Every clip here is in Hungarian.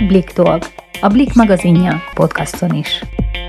Blik Talk, a Blik magazinja podcaston is.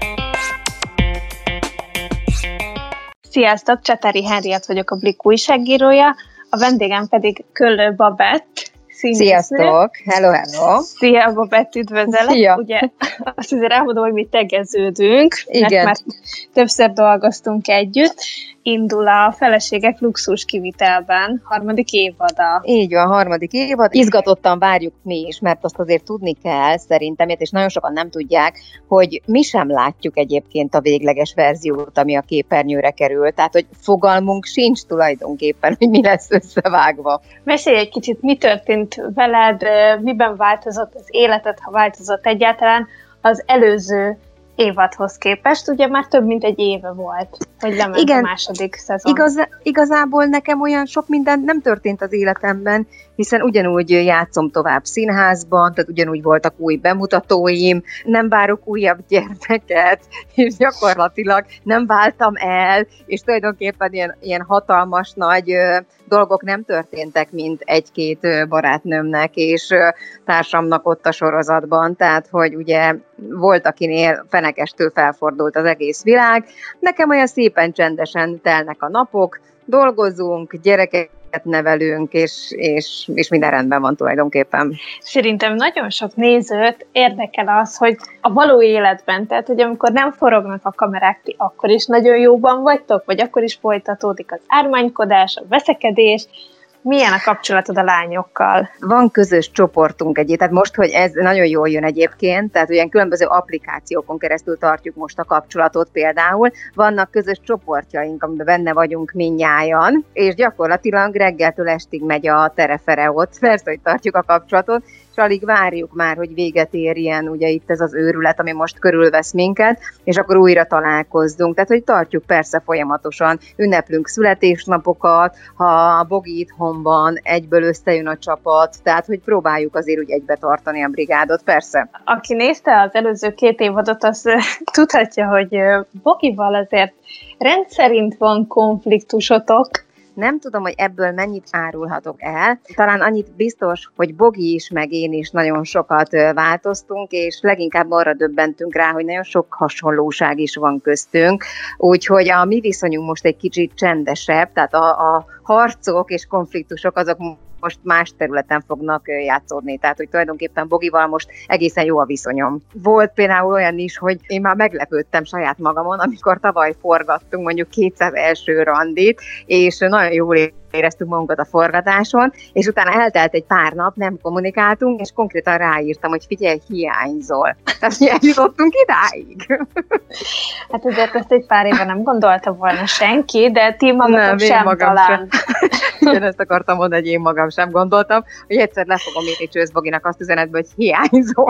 Sziasztok, Csatári Henriett vagyok, a Blik újságírója, a vendégem pedig Köllő Babett, színésznő. Sziasztok, hello! Szia, Babett, üdvözelek. Szia. Ugye azt azért elmondom, hogy mi tegeződünk, Igen. mert többször dolgoztunk együtt. Indul a Feleségek luxus kivitelben, 3. évada. Így van, 3. évad. Izgatottan várjuk mi is, mert azt azért tudni kell szerintem, és nagyon sokan nem tudják, hogy mi sem látjuk egyébként a végleges verziót, ami a képernyőre kerül. Tehát, hogy fogalmunk sincs tulajdonképpen, hogy mi lesz összevágva. Mesélj egy kicsit, mi történt veled, miben változott az életed, ha változott egyáltalán az előző évadhoz képest, ugye már több mint egy éve volt, hogy lement Igen, a második szezon. Igazából nekem olyan sok minden nem történt az életemben, hiszen ugyanúgy játszom tovább színházban, tehát ugyanúgy voltak új bemutatóim, nem várok újabb gyermeket, és gyakorlatilag nem váltam el, és tulajdonképpen ilyen hatalmas nagy dolgok nem történtek, mint egy-két barátnőmnek és társamnak ott a sorozatban, tehát hogy ugye volt, akinél fenekestől felfordult az egész világ. Nekem olyan szépen csendesen telnek a napok, dolgozunk, gyerekeket nevelünk, és minden rendben van tulajdonképpen. Szerintem nagyon sok nézőt érdekel az, hogy a való életben, tehát hogy amikor nem forognak a kamerák, ti akkor is nagyon jóban vagytok, vagy akkor is folytatódik az ármánykodás, a veszekedés. Milyen a kapcsolatod a lányokkal? Van közös csoportunk tehát most, hogy ez nagyon jól jön egyébként, tehát olyan különböző applikációkon keresztül tartjuk most a kapcsolatot például. Vannak közös csoportjaink, amiben benne vagyunk mindnyájan, és gyakorlatilag reggeltől estig megy a terefere ott. Persze, hogy tartjuk a kapcsolatot, és alig várjuk már, hogy véget érjen ugye itt ez az őrület, ami most körülvesz minket, és akkor újra találkozzunk. Tehát, hogy tartjuk persze folyamatosan, ünneplünk születésnapokat, ha a Bogi itthon van, egyből összejön a csapat, tehát, hogy próbáljuk azért úgy egybe tartani a brigádot, persze. Aki nézte az előző 2 évadot, az tudhatja, hogy Bogival azért rendszerint van konfliktusotok. Nem tudom, hogy ebből mennyit árulhatok el. Talán annyit biztos, hogy Bogi is, meg én is nagyon sokat változtunk, és leginkább arra döbbentünk rá, hogy nagyon sok hasonlóság is van köztünk. Úgyhogy a mi viszonyunk most egy kicsit csendesebb, tehát a harcok és konfliktusok azok most más területen fognak játszódni. Tehát, hogy tulajdonképpen Bogival most egészen jó a viszonyom. Volt például olyan is, hogy én már meglepődtem saját magamon, amikor tavaly forgattunk mondjuk 200 első randit, és nagyon jól éreztük magunkat a forgatáson, és utána eltelt egy pár nap, nem kommunikáltunk, és konkrétan ráírtam, hogy figyelj, hiányzol. Tehát eljutottunk idáig. Hát azért ezt egy pár éve nem gondolta volna senki, de ti magatok sem talán. Én ezt akartam mondani, hogy én magam sem gondoltam, hogy egyszer le fogom írni Csősz Boginak azt üzenetbe, hogy hiányzol.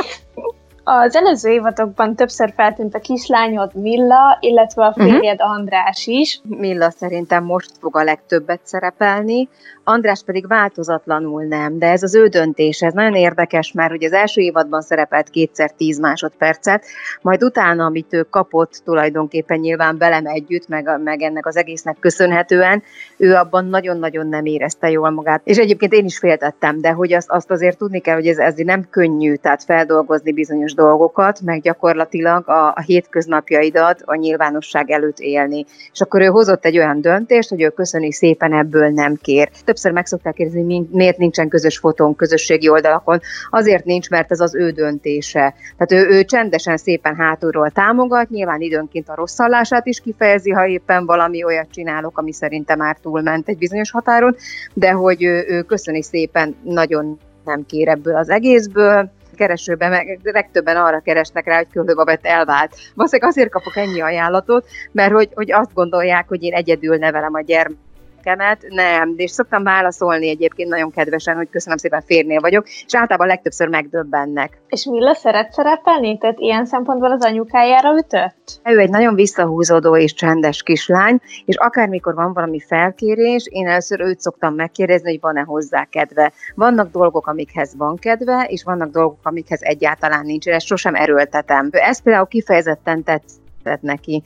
Az előző évadokban többször feltűnt a kislányod Milla, illetve a férjed András is. Milla szerintem most fog a legtöbbet szerepelni, András pedig változatlanul nem, de ez az ő döntése, ez nagyon érdekes, mert ugye az első évadban szerepelt 2x10 másodpercet, majd utána, amit ő kapott tulajdonképpen nyilván velem együtt, meg ennek az egésznek köszönhetően, ő abban nagyon-nagyon nem érezte jól magát. És egyébként én is féltettem, de hogy azt azért tudni kell, hogy ez nem könnyű, tehát feldolgozni bizonyos dolgokat, meg gyakorlatilag a hétköznapjaidat a nyilvánosság előtt élni. És akkor ő hozott egy olyan döntést, hogy ő köszöni szépen, ebből nem kér. Többször meg szokták kérdezni, hogy miért nincsen közös fotónk közösségi oldalakon. Azért nincs, mert ez az ő döntése. Tehát ő csendesen szépen hátulról támogat, nyilván időnként a rosszallását is kifejezi, ha éppen valami olyat csinálok, ami szerintem már túlment egy bizonyos határon, de hogy ő köszöni szépen, nagyon nem kér ebből az egészből. Keresőben, meg legtöbben arra keresnek rá, hogy Köllő Babett elvált. Valószínűleg azért kapok ennyi ajánlatot, mert hogy azt gondolják, hogy én egyedül nevelem a gyermekemet. Nem, és szoktam válaszolni egyébként nagyon kedvesen, hogy köszönöm szépen, férnél vagyok, és általában legtöbbször megdöbbennek. És Milla szeret szerepelni? Tehát ilyen szempontból az anyukájára ütött? Ő egy nagyon visszahúzódó és csendes kislány, és akármikor van valami felkérés, én először őt szoktam megkérdezni, hogy van-e hozzá kedve. Vannak dolgok, amikhez van kedve, és vannak dolgok, amikhez egyáltalán nincs. Ezt sosem erőltetem. Ez például kifejezetten tetszett neki.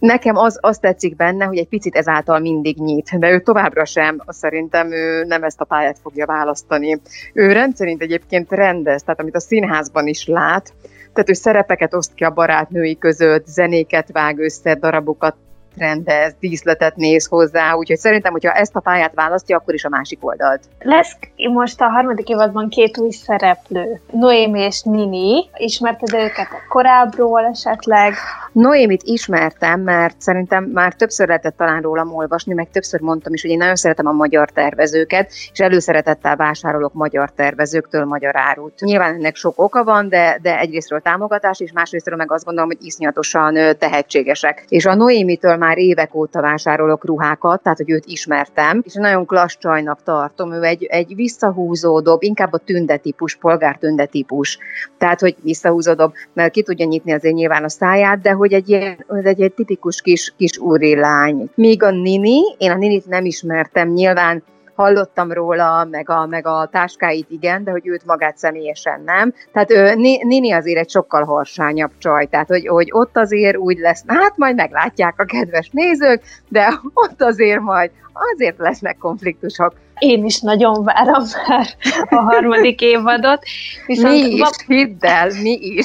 Nekem az tetszik benne, hogy egy picit ezáltal mindig nyit, de ő továbbra sem, szerintem ő nem ezt a pályát fogja választani. Ő rendszerint egyébként rendez, tehát amit a színházban is lát, tehát ő szerepeket oszt ki a barátnői között, zenéket vág össze, darabokat rendez, díszletet néz hozzá, úgyhogy szerintem, hogyha ezt a pályát választja, akkor is a másik oldalt. Lesz most a 3. évadban 2 új szereplő, Noémi és Nini. Ismerted őket a korábbról esetleg? Noémit ismertem, mert szerintem már többször lehetett talán rólam olvasni, meg többször mondtam is, hogy én nagyon szeretem a magyar tervezőket, és előszeretettel vásárolok magyar tervezőktől magyar árut. Nyilván ennek sok oka van, de egyrésztről támogatás, és másrésztről meg azt gondolom, hogy iszonyatosan tehetségesek. És a Noémitől már évek óta vásárolok ruhákat, tehát hogy őt ismertem, és nagyon klassz csajnak tartom. Ő egy visszahúzódóbb, inkább a tündetípus, polgártündetípus. Tehát, hogy visszahúzódóbb, mert ki tudja nyitni azért nyilván a száját, de hogy egy tipikus kis úrilány. Míg a Nini, én a Ninit nem ismertem, nyilván hallottam róla, meg a táskáit igen, de hogy őt magát személyesen nem. Tehát Nini azért egy sokkal harsányabb csaj, tehát hogy ott azért úgy lesz, hát majd meglátják a kedves nézők, de ott azért lesznek konfliktusok. Én is nagyon várom már a 3. évadot. Viszont mi is, hidd el, mi is.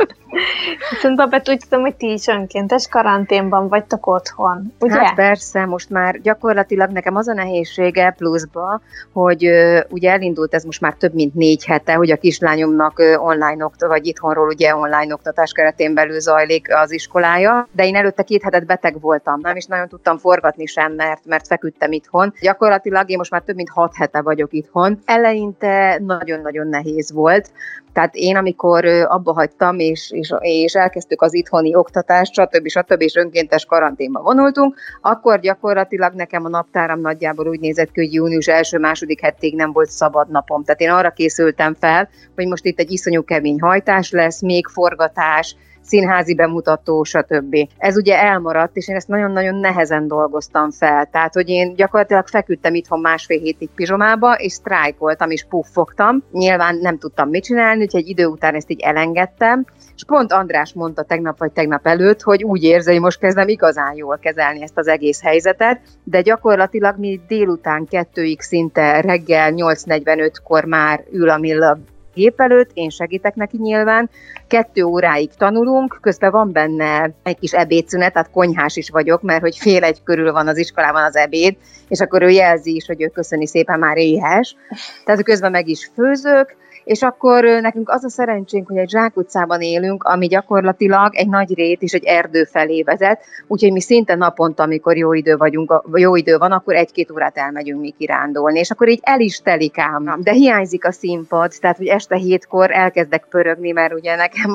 Viszont Babett, úgy tudom, hogy ti is önkéntes karanténban vagytok otthon, ugye? Hát persze, most már gyakorlatilag nekem az a nehézsége pluszba, hogy ugye elindult ez most már több mint 4 hete, hogy a kislányomnak online vagy itthonról ugye online oktatás keretén belül zajlik az iskolája, de én előtte 2 hetet beteg voltam, nem is nagyon tudtam forgatni sem, mert feküdtem itthon. Gyakorlatilag én most már több mint 6 hete vagyok itthon. Eleinte nagyon-nagyon nehéz volt. Tehát én, amikor abba hagytam, és elkezdtük az itthoni oktatást, stb. És önkéntes karanténba vonultunk, akkor gyakorlatilag nekem a naptáram nagyjából úgy nézett ki, hogy június 1.-2. hetig nem volt szabad napom. Tehát én arra készültem fel, hogy most itt egy iszonyú kemény hajtás lesz, még forgatás, színházi bemutató, stb. Ez ugye elmaradt, és én ezt nagyon-nagyon nehezen dolgoztam fel. Tehát, hogy én gyakorlatilag feküdtem itthon 1,5 hétig pizsomába, és sztrájkoltam, és puffogtam. Nyilván nem tudtam mit csinálni, úgyhogy egy idő után ezt így elengedtem. És pont András mondta tegnap előtt, hogy úgy érzi, hogy most kezdem igazán jól kezelni ezt az egész helyzetet, de gyakorlatilag mi délután 2-ig szinte reggel 8:45-kor már ül a Milla gép előtt, én segítek neki nyilván, 2 óráig tanulunk, közben van benne egy kis ebédszünet, tehát konyhás is vagyok, mert hogy 12:30 körül van az iskolában az ebéd, és akkor ő jelzi is, hogy ő köszöni szépen, már éhes, tehát közben meg is főzök, és akkor nekünk az a szerencsénk, hogy egy zsákutcában élünk, ami gyakorlatilag egy nagy rét és egy erdő felé vezet, úgyhogy mi szinte naponta, amikor jó idő van, akkor 1-2 órát elmegyünk mi kirándulni, és akkor így el is telik ám. De hiányzik a színpad, tehát hogy este 7-kor elkezdek pörögni, mert ugye nekem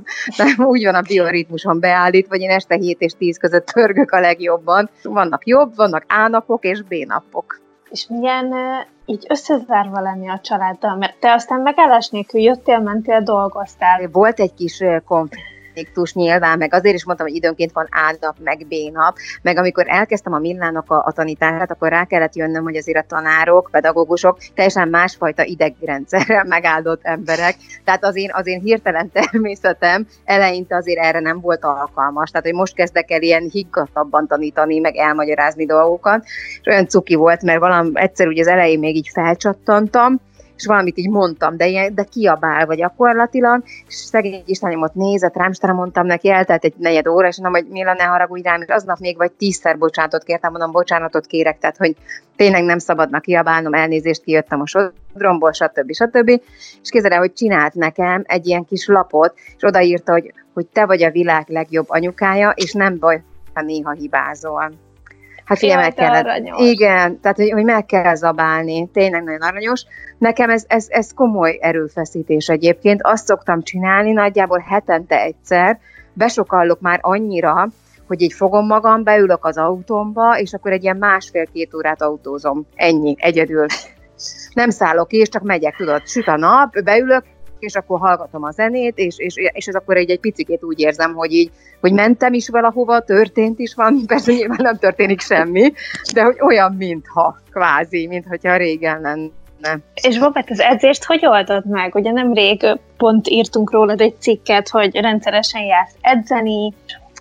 úgy van a bioritmusom beállítva, vagy én este 7 és 10 között pörgök a legjobban. Vannak A-napok és B-napok. És milyen így összezárva lenni a családdal, mert te aztán megállás nélkül jöttél, mentél, dolgoztál. Volt egy kis konfliktus nyilván, meg azért is mondtam, hogy időnként van A-nap, meg B-nap, meg amikor elkezdtem a Millának a tanítását, akkor rá kellett jönnöm, hogy azért a tanárok, pedagógusok teljesen másfajta idegrendszerrel megáldott emberek, tehát az én hirtelen természetem eleinte azért erre nem volt alkalmas, tehát hogy most kezdek el ilyen higgadtabban tanítani, meg elmagyarázni dolgokat, és olyan cuki volt, mert egyszer ugye az elején még így felcsattantam, és valamit így mondtam, de kiabálva gyakorlatilag, és szegény kislányomot nézett rám, és mondtam neki, eltelt egy 4 óra, és mondom, hogy Milla, ne haragudj rám, és aznap még vagy 10-szer bocsánatot kértem, mondom, bocsánatot kérek, tehát hogy tényleg nem szabadna kiabálnom, elnézést, kijöttem a sodromból, stb. És képzeld el, hogy csinált nekem egy ilyen kis lapot, és odaírta, hogy te vagy a világ legjobb anyukája, és nem baj, ha néha hibázol. Hát figyelj, meg kellett. Igen, tehát hogy meg kell zabálni, tényleg nagyon aranyos. Nekem ez komoly erőfeszítés egyébként. Azt szoktam csinálni, nagyjából hetente egyszer, besokallok már annyira, hogy így fogom magam, beülök az autómba, és akkor egy ilyen 1,5-2 órát autózom. Ennyi, egyedül. Nem szállok ki, és csak megyek, tudod, süt a nap, beülök, és akkor hallgatom a zenét, és ez akkor egy picikét úgy érzem, hogy mentem is valahova, történt is valami, persze nyilván nem történik semmi, de hogy olyan, mintha, kvázi, mintha régen lenne. És Babett, az edzést hogy oldod meg? Ugye nemrég pont írtunk rólad egy cikket, hogy rendszeresen jársz edzeni.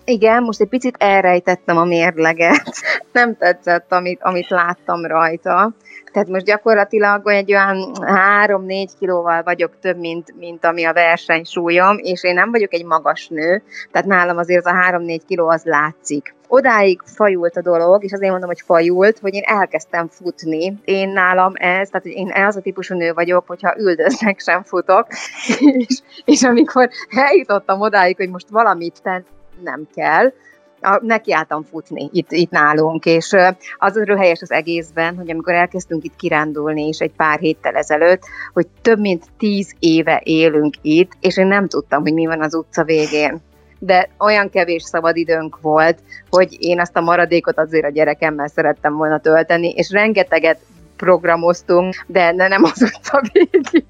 Igen, most egy picit elrejtettem a mérleget. Nem tetszett, amit láttam rajta. Tehát most gyakorlatilag egy olyan 3-4 kilóval vagyok több, mint ami a versenysúlyom, és én nem vagyok egy magas nő, tehát nálam azért az a 3-4 kiló az látszik. Odáig fajult a dolog, és azért mondom, hogy fajult, hogy én elkezdtem futni. Én nálam ez, tehát én az a típusú nő vagyok, hogyha üldöznek, sem futok, és amikor eljutottam odáig, hogy most valamit nem kell, nekiálltam futni itt nálunk, és az röhelyes az egészben, hogy amikor elkezdtünk itt kirándulni, és egy pár héttel ezelőtt, hogy több mint 10 éve élünk itt, és én nem tudtam, hogy mi van az utca végén. De olyan kevés szabadidőnk volt, hogy én azt a maradékot azért a gyerekemmel szerettem volna tölteni, és rengeteget programoztunk, de nem az utca végén.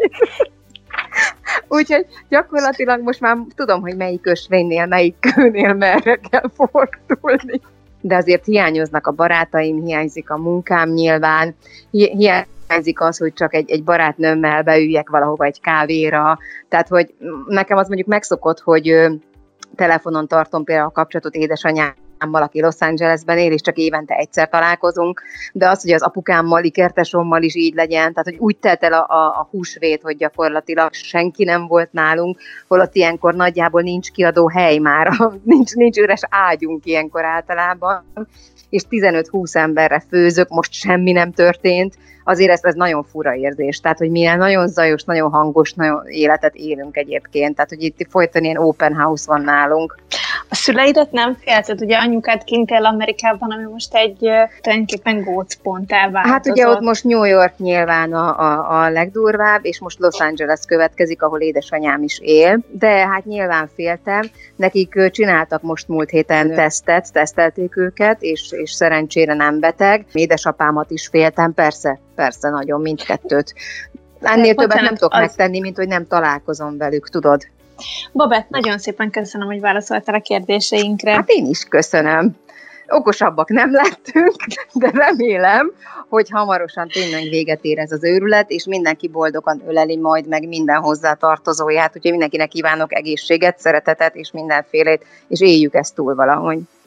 Úgyhogy gyakorlatilag most már tudom, hogy melyik ösvénynél, melyik kőnél merre kell fordulni. De azért hiányoznak a barátaim, hiányzik a munkám nyilván, hiányzik az, hogy csak egy barátnőmmel beüljek valahova egy kávéra. Tehát, hogy nekem az mondjuk megszokott, hogy telefonon tartom például a kapcsolatot édesanyámmal, aki Los Angelesben él, és csak évente egyszer találkozunk, de az, hogy az apukámmal, ikertesommal is így legyen, tehát hogy úgy telt el a húsvét, hogy gyakorlatilag senki nem volt nálunk, holott ilyenkor nagyjából nincs kiadó hely már, nincs üres ágyunk ilyenkor általában, és 15-20 emberre főzök, most semmi nem történt, azért ez nagyon fura érzés, tehát hogy milyen nagyon zajos, nagyon hangos, nagyon életet élünk egyébként, tehát hogy itt folyton ilyen open house van nálunk. A szüleidet nem félted? Ugye anyukád kint él Amerikában, ami most egy tulajdonképpen gócponttá változott. Hát ugye ott most New York nyilván a legdurvább, és most Los Angeles következik, ahol édesanyám is él, de hát nyilván féltem. Nekik csináltak most múlt héten tesztelték őket, és szerencsére nem beteg. Édesapámat is féltem, persze nagyon, mindkettőt. Ennél többet nem tudok megtenni, mint hogy nem találkozom velük, tudod. Babett, nagyon szépen köszönöm, hogy válaszoltál a kérdéseinkre. Hát én is köszönöm. Okosabbak nem lettünk, de remélem, hogy hamarosan tényleg véget ér ez az őrület, és mindenki boldogan öleli majd meg minden hozzátartozóját, úgyhogy mindenkinek kívánok egészséget, szeretetet és mindenfélét, és éljük ezt túl valahogy.